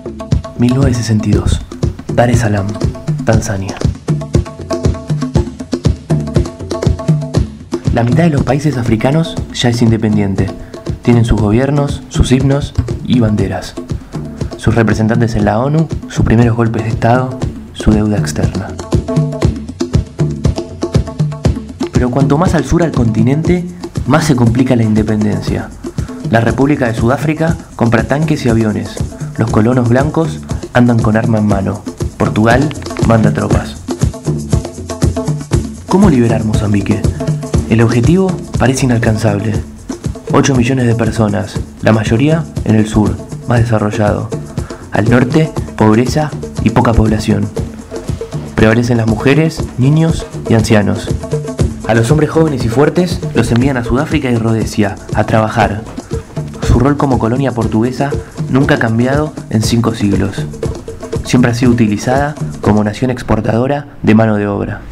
1962. Dar es Salaam, Tanzania. La mitad de los países africanos ya es independiente. Tienen sus gobiernos, sus himnos y banderas. Sus representantes en la ONU, sus primeros golpes de Estado, su deuda externa. Pero cuanto más al sur al continente, más se complica la independencia. La República de Sudáfrica compra tanques y aviones. Los colonos blancos andan con arma en mano. Portugal manda tropas. ¿Cómo liberar Mozambique? El objetivo parece inalcanzable. 8 millones de personas, la mayoría en el sur, más desarrollado. Al norte, pobreza y poca población. Prevalecen las mujeres, niños y ancianos. A los hombres jóvenes y fuertes los envían a Sudáfrica y Rodesia a trabajar. Su rol como colonia portuguesa nunca ha cambiado en 5 siglos. Siempre ha sido utilizada como nación exportadora de mano de obra.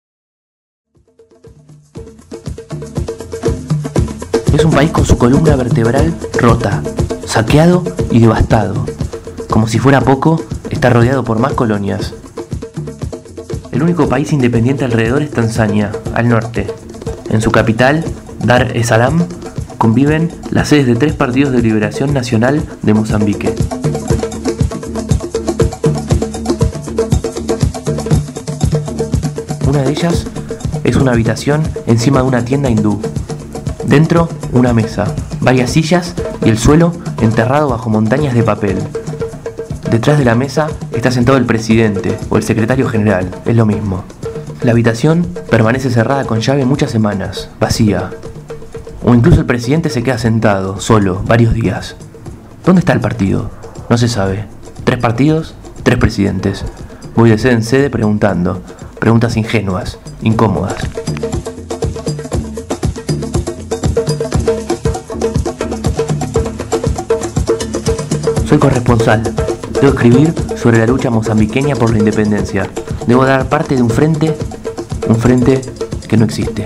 Es un país con su columna vertebral rota, saqueado y devastado. Como si fuera poco, está rodeado por más colonias. El único país independiente alrededor es Tanzania, al norte. En su capital, Dar es Salaam, conviven las sedes de 3 partidos de liberación nacional de Mozambique. Una de ellas es una habitación encima de una tienda hindú. Dentro, una mesa, varias sillas y el suelo enterrado bajo montañas de papel. Detrás de la mesa está sentado el presidente o el secretario general, es lo mismo. La habitación permanece cerrada con llave muchas semanas, vacía. O incluso el presidente se queda sentado, solo, varios días. ¿Dónde está el partido? No se sabe. 3 partidos, 3 presidentes. Voy de sede en sede preguntando. Preguntas ingenuas, incómodas. Soy corresponsal. Debo escribir sobre la lucha mozambiqueña por la independencia. Debo dar parte de un frente que no existe.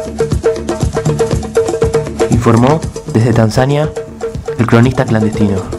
Informó desde Tanzania el cronista clandestino.